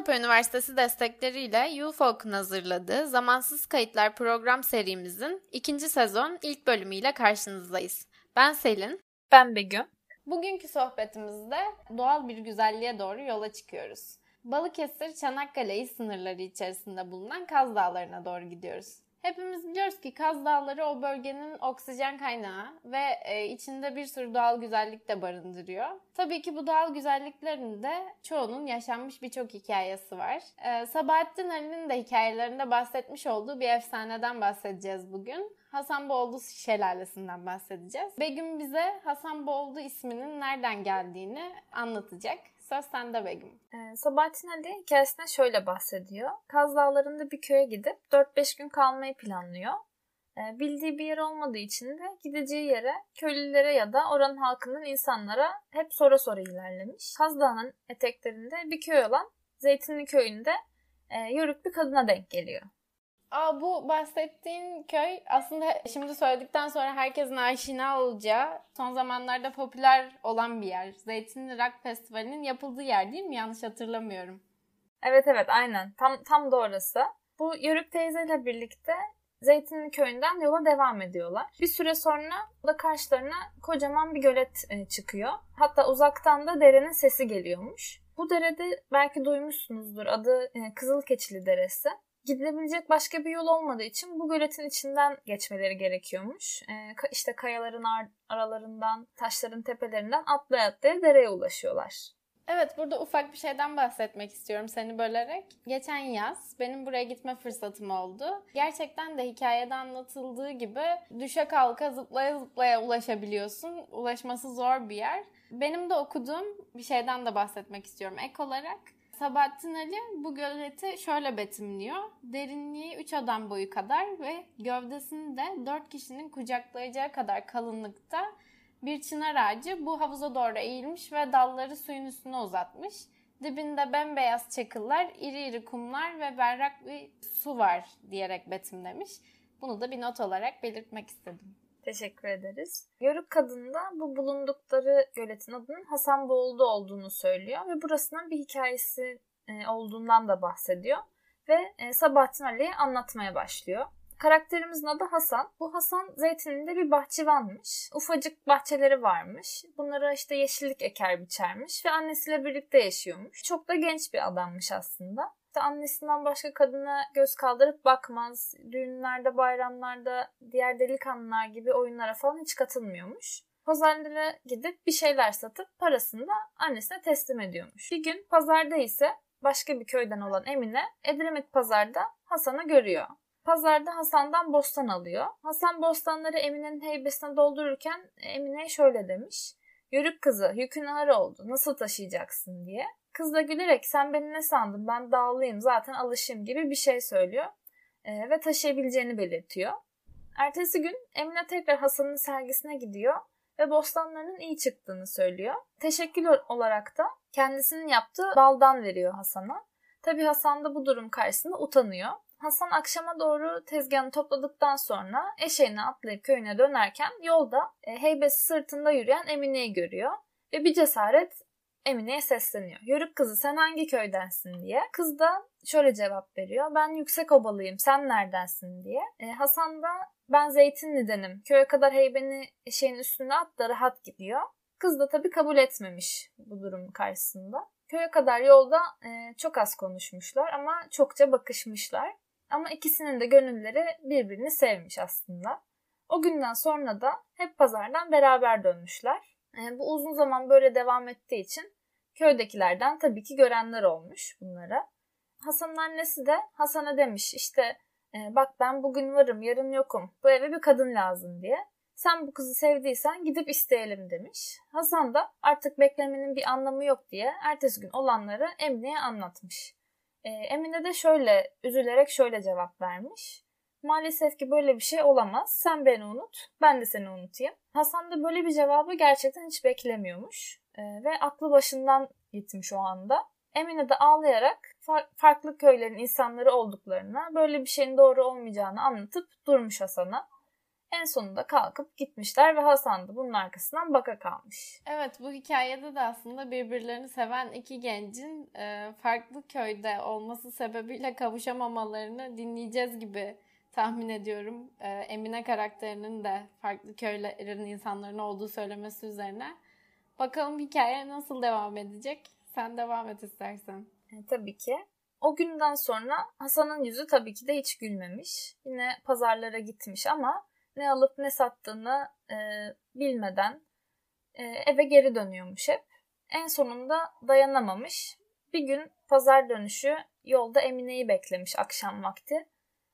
Maltepe Üniversitesi destekleriyle UFOK'un hazırladığı Zamansız Kayıtlar program serimizin 2. sezon ilk bölümüyle karşınızdayız. Ben Selin. Ben Begüm. Bugünkü sohbetimizde doğal bir güzelliğe doğru yola çıkıyoruz. Balıkesir, Çanakkale il sınırları içerisinde bulunan Kaz Dağları'na doğru gidiyoruz. Hepimiz biliyoruz ki Kaz Dağları o bölgenin oksijen kaynağı ve içinde bir sürü doğal güzellik de barındırıyor. Tabii ki bu doğal güzelliklerin de çoğunun yaşanmış birçok hikayesi var. Sabahattin Ali'nin de hikayelerinde bahsetmiş olduğu bir efsaneden bahsedeceğiz bugün. Hasanboğlu Şelalesi'nden bahsedeceğiz. Begüm bize Hasanboğlu isminin nereden geldiğini anlatacak. Söz sende Begüm. Sabahattin Ali hikayesine şöyle bahsediyor. Kaz Dağları'nda bir köye gidip 4-5 gün kalmayı planlıyor. Bildiği bir yer olmadığı için de gideceği yere köylülere ya da oranın halkının insanlara hep sora ilerlemiş. Kaz Dağı'nın eteklerinde bir köy olan Zeytinli Köyü'nde yörük bir kadına denk geliyor. Bu bahsettiğin köy aslında şimdi söyledikten sonra herkesin aşina olacağı, son zamanlarda popüler olan bir yer. Zeytinli Rock Festivali'nin yapıldığı yer değil mi? Yanlış hatırlamıyorum. Evet aynen. Tam da orası. Bu Yörük teyzeyle birlikte Zeytinli Köyü'nden yola devam ediyorlar. Bir süre sonra da karşılarına kocaman bir gölet çıkıyor. Hatta uzaktan da derenin sesi geliyormuş. Bu derede belki duymuşsunuzdur, adı Kızılkeçili Deresi. Gidilebilecek başka bir yol olmadığı için bu göletin içinden geçmeleri gerekiyormuş. İşte kayaların aralarından, taşların tepelerinden atlaya dereye ulaşıyorlar. Evet, burada ufak bir şeyden bahsetmek istiyorum seni bölerek. Geçen yaz benim buraya gitme fırsatım oldu. Gerçekten de hikayede anlatıldığı gibi düşe kalka zıplaya ulaşabiliyorsun. Ulaşması zor bir yer. Benim de okuduğum bir şeyden de bahsetmek istiyorum ek olarak. Sabahattin Ali bu göleti şöyle betimliyor. Derinliği 3 adam boyu kadar ve gövdesini de 4 kişinin kucaklayacağı kadar kalınlıkta bir çınar ağacı bu havuza doğru eğilmiş ve dalları suyun üstüne uzatmış. Dibinde bembeyaz çakıllar, iri kumlar ve berrak bir su var diyerek betimlemiş. Bunu da bir not olarak belirtmek istedim. Teşekkür ederiz. Yörük kadın da bu bulundukları göletin adının Hasanboğlu olduğunu söylüyor ve burasının bir hikayesi olduğundan da bahsediyor ve Sabahattin Ali'ye anlatmaya başlıyor. Karakterimizin adı Hasan. Bu Hasan Zeytinli'de bir bahçıvanmış. Ufacık bahçeleri varmış. Bunlara işte yeşillik eker biçermiş ve annesiyle birlikte yaşıyormuş. Çok da genç bir adammış aslında. Annesinden başka kadına göz kaldırıp bakmaz. Düğünlerde, bayramlarda diğer delikanlılar gibi oyunlara falan hiç katılmıyormuş. Pazarlara gidip bir şeyler satıp parasını da annesine teslim ediyormuş. Bir gün pazarda ise başka bir köyden olan Emine Edremit pazarda Hasan'ı görüyor. Pazarda Hasan'dan bostan alıyor. Hasan bostanları Emine'nin heybesine doldururken Emine'ye şöyle demiş. Yörük kızı, yükün ağır oldu. Nasıl taşıyacaksın diye. Kız da gülerek sen beni ne sandın, ben dağlıyım zaten alışım gibi bir şey söylüyor ve taşıyabileceğini belirtiyor. Ertesi gün Emine tekrar Hasan'ın sergisine gidiyor ve bostanlarının iyi çıktığını söylüyor. Teşekkür olarak da kendisinin yaptığı baldan veriyor Hasan'a. Tabii Hasan da bu durum karşısında utanıyor. Hasan akşama doğru tezgahını topladıktan sonra eşeğine atlayıp köyüne dönerken yolda heybesi sırtında yürüyen Emine'yi görüyor ve bir cesaret Emine'ye sesleniyor. Yörük kızı sen hangi köydensin diye. Kız da şöyle cevap veriyor. Ben Yüksekobalıyım sen neredensin diye. Hasan da ben Zeytinli'denim. Köye kadar heybeni eşeğin üstüne at da rahat gidiyor. Kız da tabii kabul etmemiş bu durum karşısında. Köye kadar yolda çok az konuşmuşlar ama çokça bakışmışlar. Ama ikisinin de gönülleri birbirini sevmiş aslında. O günden sonra da hep pazardan beraber dönmüşler. Bu uzun zaman böyle devam ettiği için köydekilerden tabii ki görenler olmuş bunlara. Hasan'ın annesi de Hasan'a demiş işte bak ben bugün varım yarın yokum bu eve bir kadın lazım diye. Sen bu kızı sevdiysen gidip isteyelim demiş. Hasan da artık beklemenin bir anlamı yok diye ertesi gün olanları Emine'ye anlatmış. Emine de üzülerek şöyle cevap vermiş. Maalesef ki böyle bir şey olamaz. Sen beni unut, ben de seni unutayım. Hasan da böyle bir cevabı gerçekten hiç beklemiyormuş. Ve aklı başından gitmiş o anda. Emine de ağlayarak farklı köylerin insanları olduklarına, böyle bir şeyin doğru olmayacağını anlatıp durmuş Hasan'a. En sonunda kalkıp gitmişler ve Hasan da bunun arkasından baka kalmış. Evet, bu hikayede de aslında birbirlerini seven iki gencin farklı köyde olması sebebiyle kavuşamamalarını dinleyeceğiz gibi tahmin ediyorum. Emine karakterinin de farklı köylerin insanların olduğu söylemesi üzerine. Bakalım hikaye nasıl devam edecek? Sen devam et istersen. Tabii ki. O günden sonra Hasan'ın yüzü tabii ki de hiç gülmemiş. Yine pazarlara gitmiş ama ne alıp ne sattığını bilmeden eve geri dönüyormuş hep. En sonunda dayanamamış. Bir gün pazar dönüşü yolda Emine'yi beklemiş akşam vakti.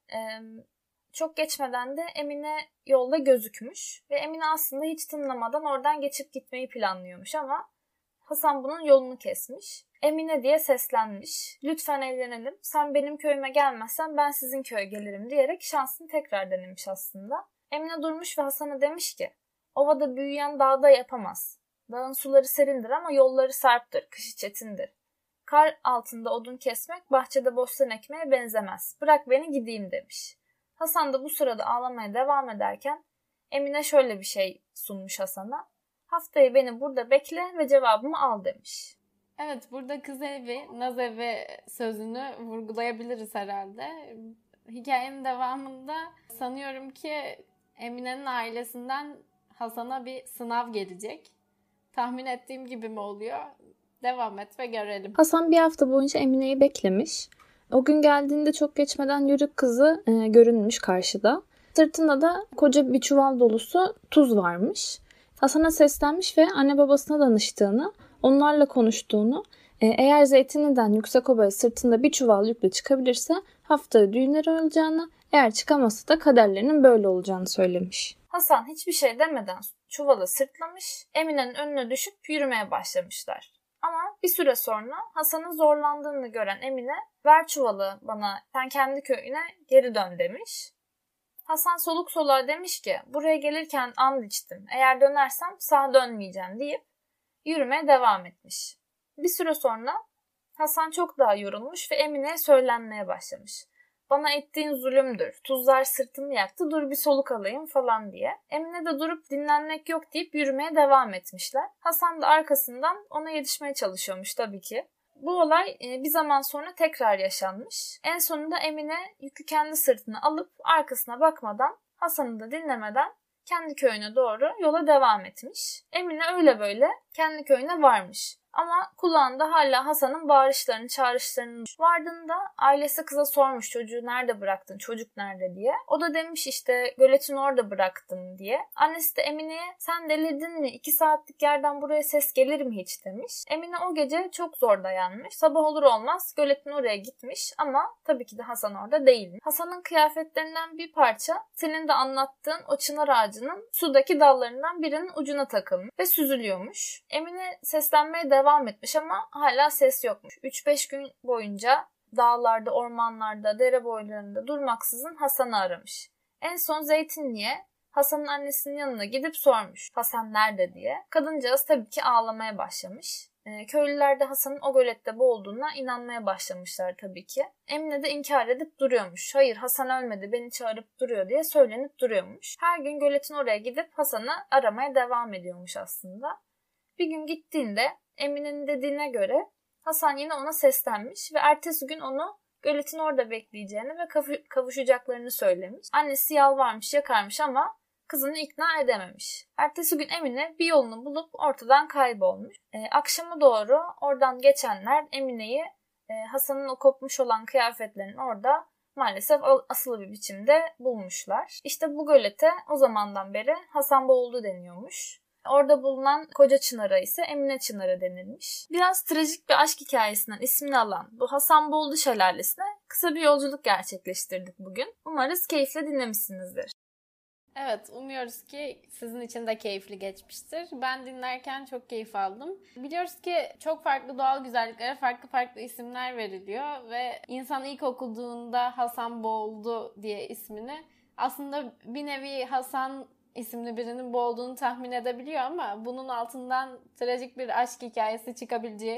Çok geçmeden de Emine yolda gözükmüş ve Emine aslında hiç tınlamadan oradan geçip gitmeyi planlıyormuş ama Hasan bunun yolunu kesmiş. Emine diye seslenmiş. Lütfen evlenelim. Sen benim köyüme gelmezsen ben sizin köye gelirim diyerek şansını tekrar denemiş aslında. Emine durmuş ve Hasan'a demiş ki ovada büyüyen dağda yapamaz. Dağın suları serindir ama yolları sarptır, kışı çetindir. Kar altında odun kesmek bahçede bostan ekmeye benzemez. Bırak beni gideyim demiş. Hasan da bu sırada ağlamaya devam ederken Emine şöyle bir şey sunmuş Hasan'a. Haftaya beni burada bekle ve cevabımı al demiş. Evet, burada kız evi, naz evi sözünü vurgulayabiliriz herhalde. Hikayenin devamında sanıyorum ki Emine'nin ailesinden Hasan'a bir sınav gelecek. Tahmin ettiğim gibi mi oluyor? Devam et ve görelim. Hasan bir hafta boyunca Emine'yi beklemiş. O gün geldiğinde çok geçmeden yörük kızı görünmüş karşıda. Sırtında da koca bir çuval dolusu tuz varmış. Hasan'a seslenmiş ve anne babasına danıştığını, onlarla konuştuğunu, eğer Zeytinli'den Yüksekova'ya sırtında bir çuval yükle çıkabilirse haftaya düğünleri olacağını, eğer çıkamazsa da kaderlerinin böyle olacağını söylemiş. Hasan hiçbir şey demeden çuvalı sırtlamış, Emine'nin önüne düşüp yürümeye başlamışlar. Ama bir süre sonra Hasan'ın zorlandığını gören Emine, ver çuvalı bana, sen kendi köyüne geri dön demiş. Hasan soluk soluğa demiş ki buraya gelirken and içtim, eğer dönersem sağa dönmeyeceğim deyip yürümeye devam etmiş. Bir süre sonra Hasan çok daha yorulmuş ve Emine'ye söylenmeye başlamış. Bana ettiğin zulümdür, tuzlar sırtımı yaktı, dur bir soluk alayım falan diye. Emine de durup dinlenmek yok deyip yürümeye devam etmişler. Hasan da arkasından ona yetişmeye çalışıyormuş tabii ki. Bu olay bir zaman sonra tekrar yaşanmış. En sonunda Emine yükü kendi sırtına alıp arkasına bakmadan, Hasan'ı da dinlemeden kendi köyüne doğru yola devam etmiş. Emine öyle böyle kendi köyüne varmış. Ama kulağında hala Hasan'ın bağırışlarını, çağrışlarını vardığında ailesi kıza sormuş çocuğu nerede bıraktın, çocuk nerede diye. O da demiş işte göletin orada bıraktım diye. Annesi de Emine'ye sen delirdin mi? 2 saatlik yerden buraya ses gelir mi hiç demiş. Emine o gece çok zor dayanmış. Sabah olur olmaz göletin oraya gitmiş ama tabii ki de Hasan orada değilmiş. Hasan'ın kıyafetlerinden bir parça senin de anlattığın o çınar ağacının sudaki dallarından birinin ucuna takılmış ve süzülüyormuş. Emine seslenmeye devam etmiş ama hala ses yokmuş. 3-5 gün boyunca dağlarda, ormanlarda, dere boylarında durmaksızın Hasan'ı aramış. En son Zeytinli'ye Hasan'ın annesinin yanına gidip sormuş Hasan nerede diye. Kadıncağız tabii ki ağlamaya başlamış. Köylüler de Hasan'ın o gölette boğulduğuna inanmaya başlamışlar tabii ki. Emine de inkar edip duruyormuş. Hayır Hasan ölmedi beni çağırıp duruyor diye söylenip duruyormuş. Her gün göletin oraya gidip Hasan'ı aramaya devam ediyormuş aslında. Bir gün gittiğinde Emine'nin dediğine göre Hasan yine ona seslenmiş ve ertesi gün onu göletin orada bekleyeceğini ve kavuşacaklarını söylemiş. Annesi yalvarmış yakarmış ama kızını ikna edememiş. Ertesi gün Emine bir yolunu bulup ortadan kaybolmuş. Akşama doğru oradan geçenler Emine'yi Hasan'ın o kopmuş olan kıyafetlerinin orada maalesef asılı bir biçimde bulmuşlar. İşte bu gölete o zamandan beri Hasan boğuldu deniyormuş. Orada bulunan koca çınara ise Emine Çınarı denilmiş. Biraz trajik bir aşk hikayesinden ismini alan bu Hasan Boğuldu Şelalesi'ne kısa bir yolculuk gerçekleştirdik bugün. Umarız keyifle dinlemişsinizdir. Evet, umuyoruz ki sizin için de keyifli geçmiştir. Ben dinlerken çok keyif aldım. Biliyoruz ki çok farklı doğal güzelliklere farklı farklı isimler veriliyor ve insan ilk okuduğunda Hasan Boğuldu diye ismini aslında bir nevi Hasan isimli birinin boğulduğunu tahmin edebiliyor ama bunun altından trajik bir aşk hikayesi çıkabileceği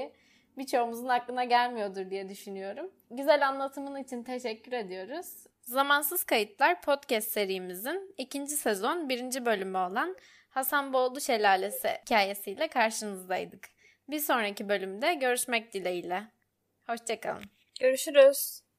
birçoğumuzun aklına gelmiyordur diye düşünüyorum. Güzel anlatımın için teşekkür ediyoruz. Zamansız Kayıtlar podcast serimizin 2. sezon 1. bölümü olan Hasanboğdu Şelalesi hikayesiyle karşınızdaydık. Bir sonraki bölümde görüşmek dileğiyle. Hoşçakalın. Görüşürüz.